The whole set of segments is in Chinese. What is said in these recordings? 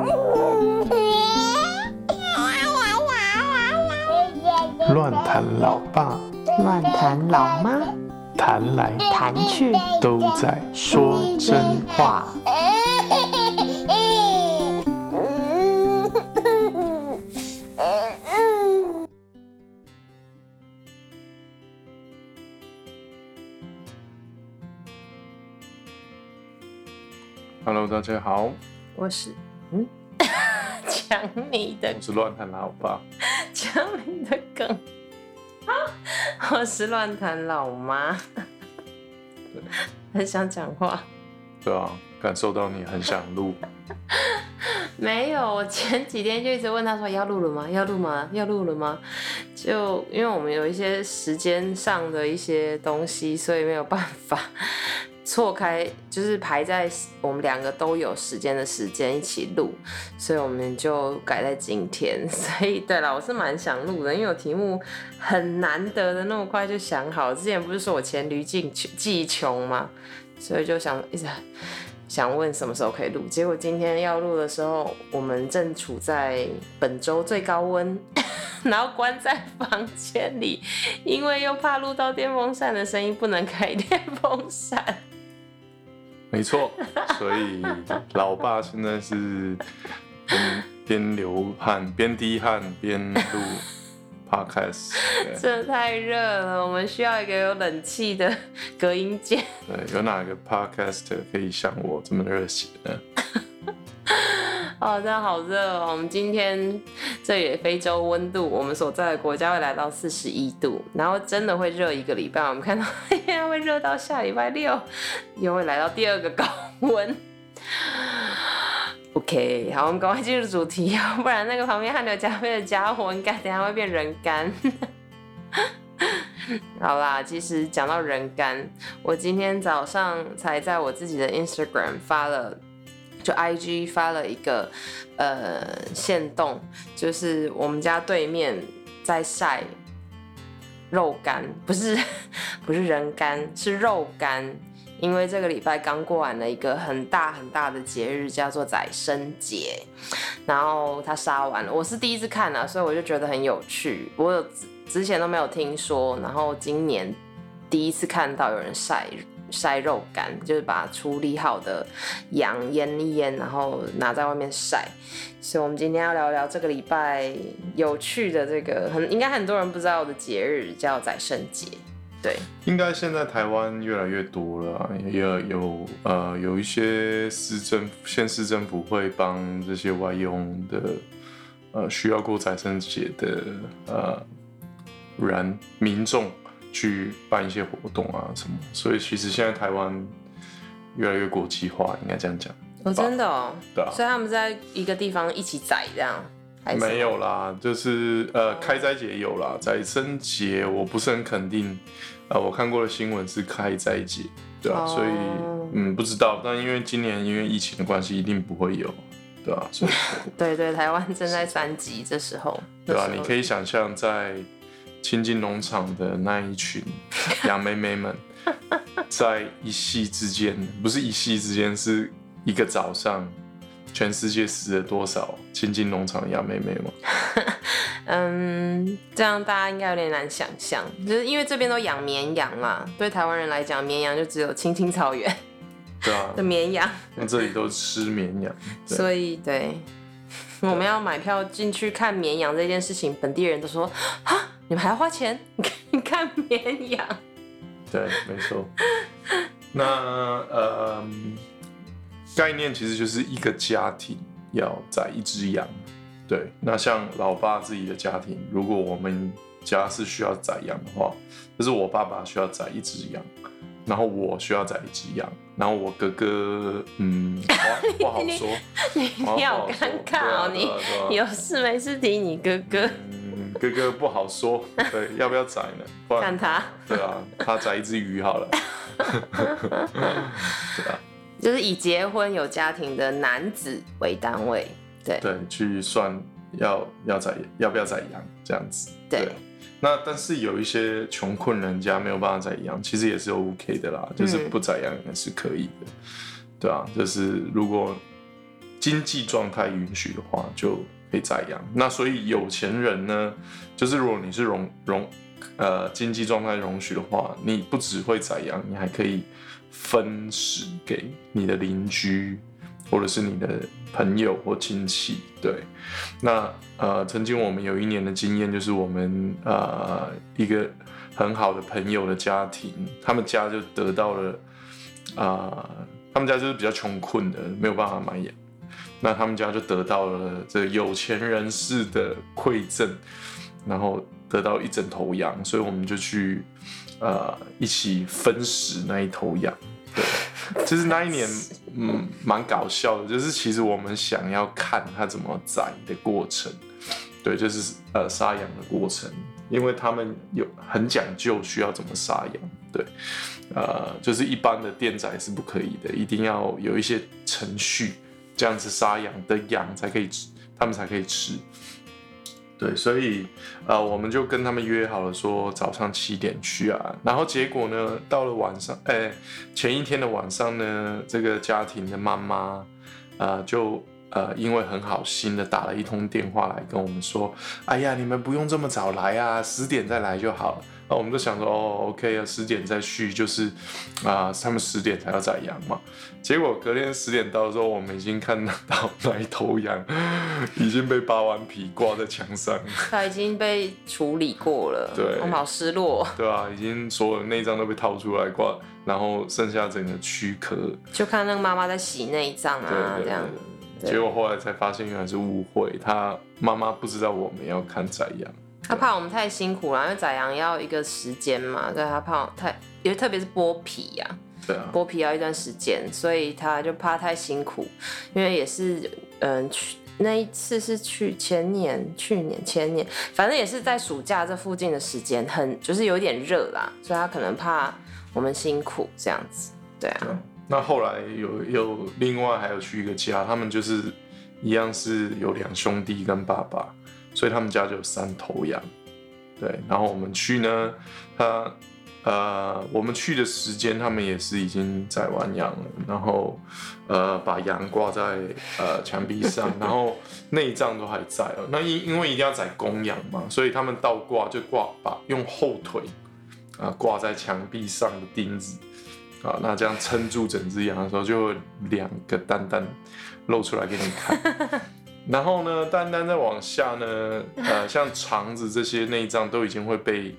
乱谈老爸， 乱谈老妈， 谈来谈去都在说真话。Hello， 大家好， 我是抢你的， 我是乱谈老爸。 抢你的梗。我是乱谈老妈，很想讲话。 对啊，感受到你很想录。 没有，我前几天就一直问他说要录了吗？要录吗？要录了吗？就因为我们有一些时间上的一些东西，所以没有办法错开，就是排在我们两个都有时间的时间一起录，所以我们就改在今天。所以对了，我是蛮想录的，因为我题目很难得的那么快就想好。之前不是说我黔驴技穷吗？所以就一直想问什么时候可以录，结果今天要录的时候，我们正处在本周最高温，然后关在房间里，因为又怕录到电风扇的声音，不能开电风扇。 没错，所以老爸现在是边流汗边滴汗边录 podcast。 真的太热了，我们需要一个有冷气的隔音间。 对，有哪个 podcaster 可以像我这么热血呢？ 哦，真的好热哦！我们今天这里非洲温度，我们所在的国家会来到41度，然后真的会热一个礼拜。我们看到会热到下礼拜6，又会来到第2个高温。OK， 好，我们赶快进入主题，要不然那个旁边汗流浃背的家伙，应该等一下会变人干。好啦，其实讲到人干，我今天早上才在我自己的 Instagram 发了。就 IG 发了一个限动，就是我们家对面在晒肉干，不是人干，是肉干。因为这个礼拜刚过完了一个很大很大的节日，叫做宰生节，然后他杀完了，我是第一次看啊，所以我就觉得很有趣，我之前都没有听说，然后今年第一次看到有人晒肉干，就是把处理好的羊腌一腌，然后拿在外面晒。所以我们今天要聊聊这个礼拜有趣的这个应该很多人不知道的节日，叫宰生节。对， 应该现在台湾越来越多了啊，也有一些县市政府会帮这些外佣的需要过宰生节的民众去办一些活动啊什么，所以其实现在台湾越来越国际化，应该这样讲。 哦，真的哦， 对啊， 所以他们在一个地方一起宰这样？ 没有啦，就是开斋节有啦，宰生节我不是很肯定。我看过的新闻是开斋节，对啊，所以不知道，但因为今年因为疫情的关系，一定不会有，对啊，所以对，台湾正在3级这时候， 对啊，你可以想象在清境农场的那一群羊妹妹们，在一夕之间，不是一夕之间，是一个早上，全世界死了多少清境农场的羊妹妹吗？ 这样大家应该有点难想象，就是因为这边都养绵羊嘛，对台湾人来讲，绵羊就只有青青草原对啊的绵羊， 那这里都是吃绵羊， 所以对，我们要买票进去看绵羊这件事情，本地人都说哈，你们还要花钱看绵羊？ 对，没错。那概念其实就是一个家庭要宰一只羊。对，那像老爸自己的家庭，如果我们家是需要宰羊的话，就是我爸爸需要宰一只羊，然后我需要宰一只羊，然后我哥哥，不好说。 你好尴尬哦，你有事没事提你哥哥。 哥哥不好说，对，要不要宰呢？不然看他。 对啊，他宰一只鱼好了。对啊， 就是以结婚有家庭的男子为单位。对， 去算要不要宰羊这样子。 对， 那但是有一些穷困人家没有办法宰羊，其实也是 OK 的啦，就是不宰羊也是可以的，对啊，就是如果经济状态允许的话，就可以宰羊。那所以有钱人呢，就是如果你是经济状态容许的话，你不只会宰羊，你还可以分食给你的邻居或者是你的朋友或亲戚。对，那曾经我们有一年的经验，就是我们一个很好的朋友的家庭，他们家就得到了他们家就是比较穷困的，没有办法买羊，那他们家就得到了这个有钱人士的馈赠，然后得到一整头羊，所以我们就去一起分食那一头羊。对，就是那一年蛮搞笑的，就是其实我们想要看他怎么宰的过程，对，就是杀羊的过程，因为他们有很讲究需要怎么杀羊，对，就是一般的电宰是不可以的，一定要有一些程序，这样子杀羊的羊才可以吃，他们才可以吃。对，所以我们就跟他们约好了，说早上7点去啊。然后结果呢，到了晚上，前一天的晚上呢，这个家庭的妈妈就因为很好心的打了一通电话来跟我们说，哎呀，你们不用这么早来啊，10点再来就好了。我们就想说，OK 啊，10点再去，就是他们10点才要宰羊嘛。结果隔天10点到的时候，我们已经看到那一头羊已经被扒完皮挂在墙上， 它已经被处理过了， 对， 我们好失落。 对啊，已经所有的内脏都被掏出来挂，然后剩下整个躯壳， 就看那个妈妈在洗内脏啊，这样。 结果后来才发现原来是误会，他妈妈不知道我们要看宰羊。 他怕我们太辛苦了，因为宰羊要一个时间嘛，对，他怕因为特别是剥皮啊， 对啊， 剥皮要一段时间，所以他就怕太辛苦，因为也是那一次是去年，反正也是在暑假这附近的时间，就是有点热啦，所以他可能怕我们辛苦这样子，对啊。 那后来有另外还有去一个家，他们就是一样是有2兄弟跟爸爸，所以他们家就有3头羊。对，然后我们去呢，我们去的时间，他们也是已经宰完羊了，然后把羊挂在墙壁上，然后内脏都还在哦。那因为一定要宰公羊嘛，所以他们倒挂就把用后腿挂在墙壁上的钉子。那这样撑住整只羊的时候，就会2个蛋蛋露出来给你看。然后呢，蛋蛋再往下呢，像肠子这些内脏都已经会被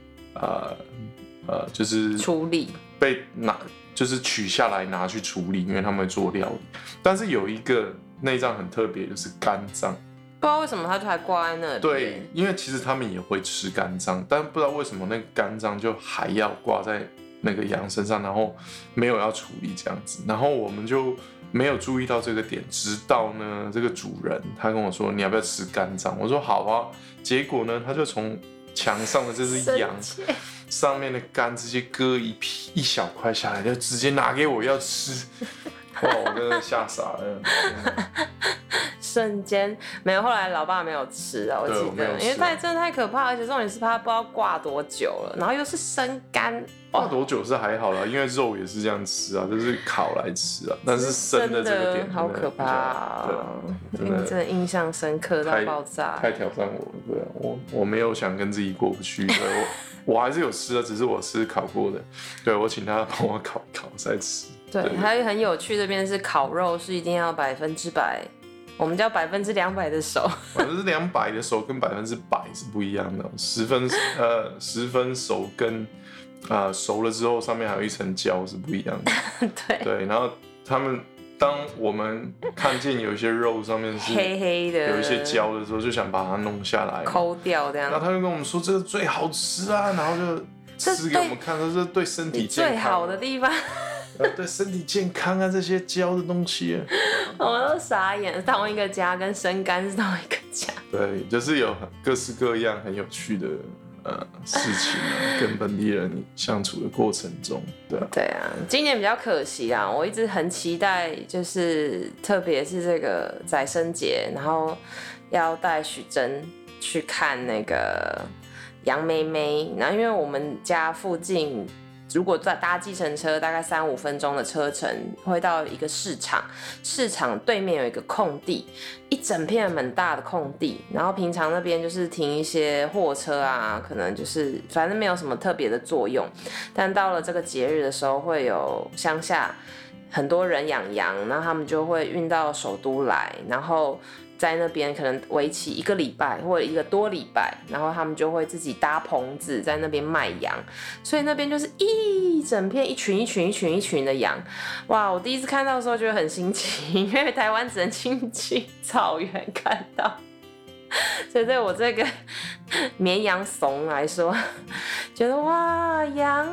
就是处理， 被就是取下来拿去处理，因为他们会做料理。但是有一个内脏很特别，就是肝脏。 不知道为什么它就还挂在那里。 对，因为其实他们也会吃肝脏，但不知道为什么那个肝脏就还要挂在那个羊身上，然后没有要处理这样子，然后我们就没有注意到这个点，直到呢这个主人他跟我说你要不要吃肝脏，我说好啊，结果呢他就从墙上的这只羊上面的肝直接割一小块下来，就直接拿给我要吃，哇，我真的吓傻了。 瞬间没有，后来老爸没有吃啊，我记得，因为真的太可怕，而且重点是他不知道挂多久了，然后又是生肝， 挂多久是还好啦，因为肉也是这样吃啊，就是烤来吃啊，但是生的这个点好可怕啊，真的印象深刻到爆炸， 太挑战我了，对啊，我没有想跟自己过不去，我还是有吃啊，只是我吃烤过的，对，我请他帮我烤再吃。 对，还有很有趣，这边是烤肉是一定要100%，我们叫200%的熟 ，200%的熟跟100%是不一样的，10分熟跟熟了之后上面还有一层胶是不一样的。对，然后当我们看见有一些肉上面是黑黑的， 有一些胶的时候，就想把它弄下来， 抠掉这样。 然后他就跟我们说这个最好吃啊，然后就吃给我们看，说这对身体健康最好的地方。 对身体健康啊，这些胶的东西， 我们都傻眼。同一个家跟生肝是同一个家。 对，就是有各式各样很有趣的事情啊，跟本地人相处的过程中，对啊。 对啊，今年比较可惜啊，我一直很期待，就是特别是这个宰生节，然后要带许真去看那个杨妹妹，然后因为我们家附近如果搭计程车，大概3-5分钟的车程，会到一个市场。市场对面有一个空地，一整片很大的空地。然后平常那边就是停一些货车啊，可能就是反正没有什么特别的作用。但到了这个节日的时候，会有乡下很多人养羊，然后他们就会运到首都来，然后在那边可能为期1个礼拜或者1个多礼拜，然后他们就会自己搭棚子在那边卖羊，所以那边就是一整片一群的羊。哇，我第一次看到的时候觉得很新奇，因为台湾只能进去草原看到，所以对我这个绵羊怂来说，觉得哇羊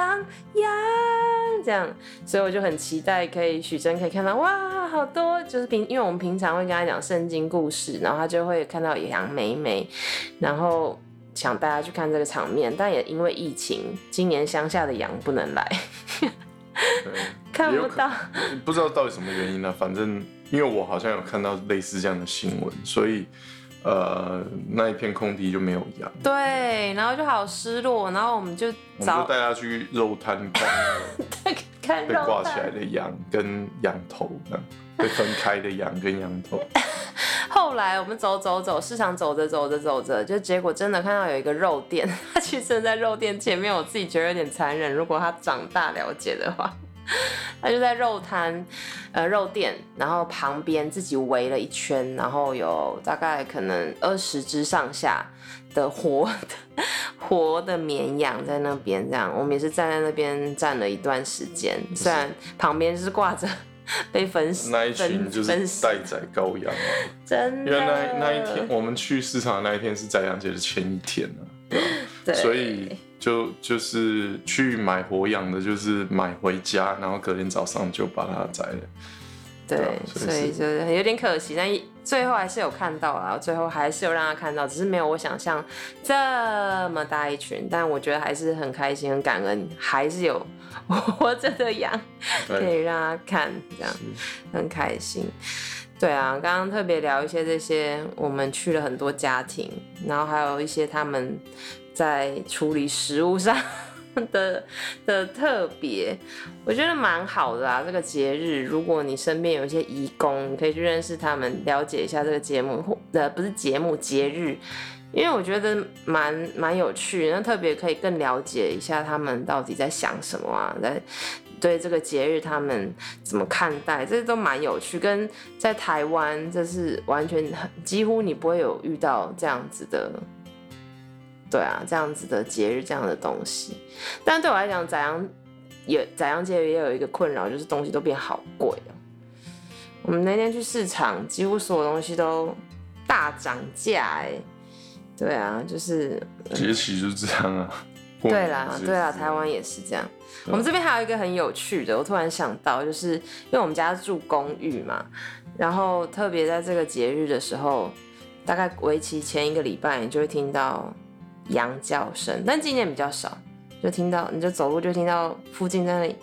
这样，所以我就很期待许真可以看到哇好多，就是因为我们平常会跟他讲圣经故事，然后他就会看到羊妹妹，然后想带他去看这个场面，但也因为疫情，今年乡下的羊不能来，看不到， 不知道到底什么原因呢？反正因为我好像有看到类似这样的新闻，所以那一片空地就没有羊。 对，然后就好失落，然后我们就带他去肉摊看被挂起来的羊跟羊头，被分开的羊跟羊头。 后来我们走，市场走着，就结果真的看到有一个肉店，他其实在肉店前面，我自己觉得有点残忍。如果他长大了解的话，他就在肉店，然后旁边自己围了一圈，然后有大概可能20只上下的活的绵羊在那边，这样我们也是站在那边站了一段时间，虽然旁边就是挂着被分那一群就是待宰羔羊啊， 真的， 因为那一天我们去市场的那一天是宰羊节的前一天啊，对，所以就是去买活羊的，就是买回家，然后隔天早上就把它宰了。 对，所以就是有点可惜，但最后还是有看到啦，最后还是有让他看到，只是没有我想象这么大一群，但我觉得还是很开心、很感恩，还是有活着的羊可以让他看，这样很开心。对啊，刚刚特别聊一些这些，我们去了很多家庭，然后还有一些他们在处理食物上的特别，我觉得蛮好的啊。这个节日，如果你身边有一些移工，你可以去认识他们，了解一下这个节目，不是节目，节日，因为我觉得蛮有趣的，那特别可以更了解一下他们到底在想什么啊，对这个节日他们怎么看待，这都蛮有趣。跟在台湾，这是完全几乎你不会有遇到这样子的。对啊，这样子的节日，这样的东西，但对我来讲，宰羊节也有一个困扰，就是东西都变好贵哦。我们那天去市场，几乎所有东西都大涨价哎。对啊，就是节气就是这样啊。 对啦，台湾也是这样。我们这边还有一个很有趣的，我突然想到，就是因为我们家住公寓嘛，然后特别在这个节日的时候，大概为期前1个礼拜，你就会听到羊叫声，但今年比较少，就听到你就走路就听到附近在那里，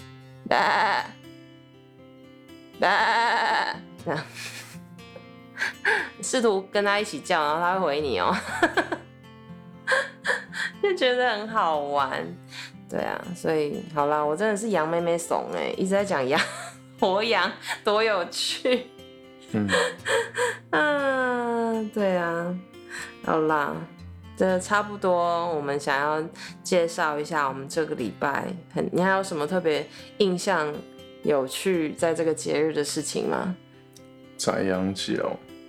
这样，试图跟他一起叫，然后他会回你哦，就觉得很好玩。对啊，所以好啦，我真的是羊妹妹怂哎，一直在讲羊，活羊多有趣。对啊，好啦。这差不多，我们想要介绍一下我们这个礼拜你还有什么特别印象有趣在这个节日的事情吗？ 宰羊节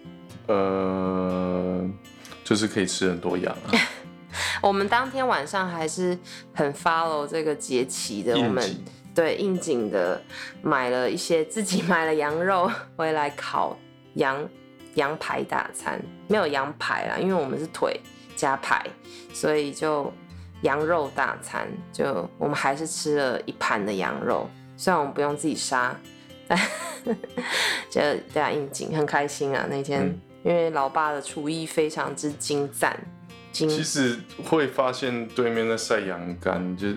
就是可以吃很多羊啊。 我们当天晚上还是很 follow 这个节期的，我们对应景的自己买了羊肉回来烤羊排大餐，没有羊排啦，因为我们是腿加排，所以就羊肉大餐，就我们还是吃了1盘的羊肉，虽然我们不用自己杀，但就对啊，应景很开心啊那天，因为老爸的厨艺非常之精湛。 其实会发现对面在晒羊肝，就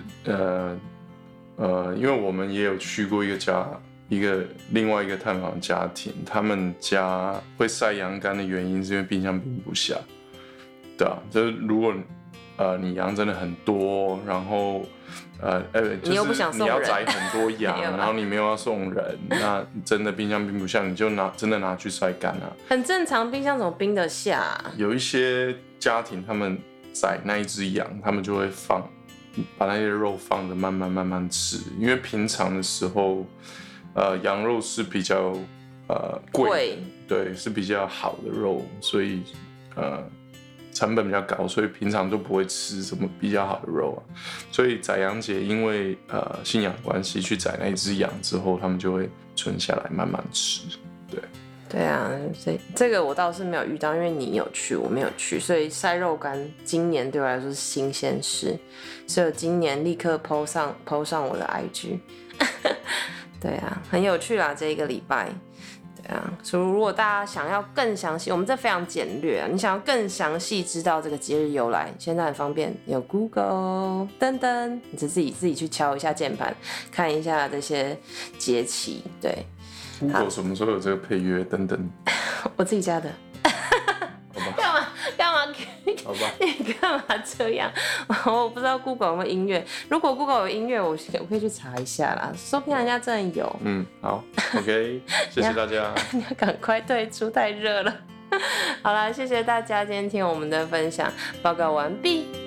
因为我们也有去过另外一个探访家庭，他们家会晒羊肝的原因是因为冰箱冰不下。对啊，就是如果你羊真的很多，然后你又不想送人， 你要宰很多羊，然后你没有要送人，那真的冰箱冰不下，你就真的拿去晒干啊。 很正常，冰箱怎么冰得下啊？ 有一些家庭他们宰那一只羊，他们就会把那些肉放着慢慢吃，因为平常的时候，羊肉是比较贵，对，是比较好的肉，所以成本比较高，所以平常就不会吃什么比较好的肉啊。所以宰羊节因为信仰关系去宰那一只羊之后，他们就会存下来慢慢吃。 对啊，所以这个我倒是没有遇到，因为你有去，我没有去，所以晒肉干今年对我来说是新鲜事，所以我今年立刻 po 上我的 IG。对啊，很有趣啦，这一个礼拜。对啊，所以如果大家想要更详细，我们这非常简略啊。你想要更详细知道这个节日由来，现在很方便，有 Google 噔噔，你就自己去敲一下键盘，看一下这些节气。对 ，Google 什么时候有这个配乐等等？ 我自己加的。干嘛？ 好吧， 你干嘛这样？我不知道 Google 有没有音乐。如果 Google 有音乐，我可以去查一下啦。说不定人家真的有。 好 ，OK， 谢谢大家。 你要赶快退出，太热了。好啦，谢谢大家今天听我们的分享，报告完毕。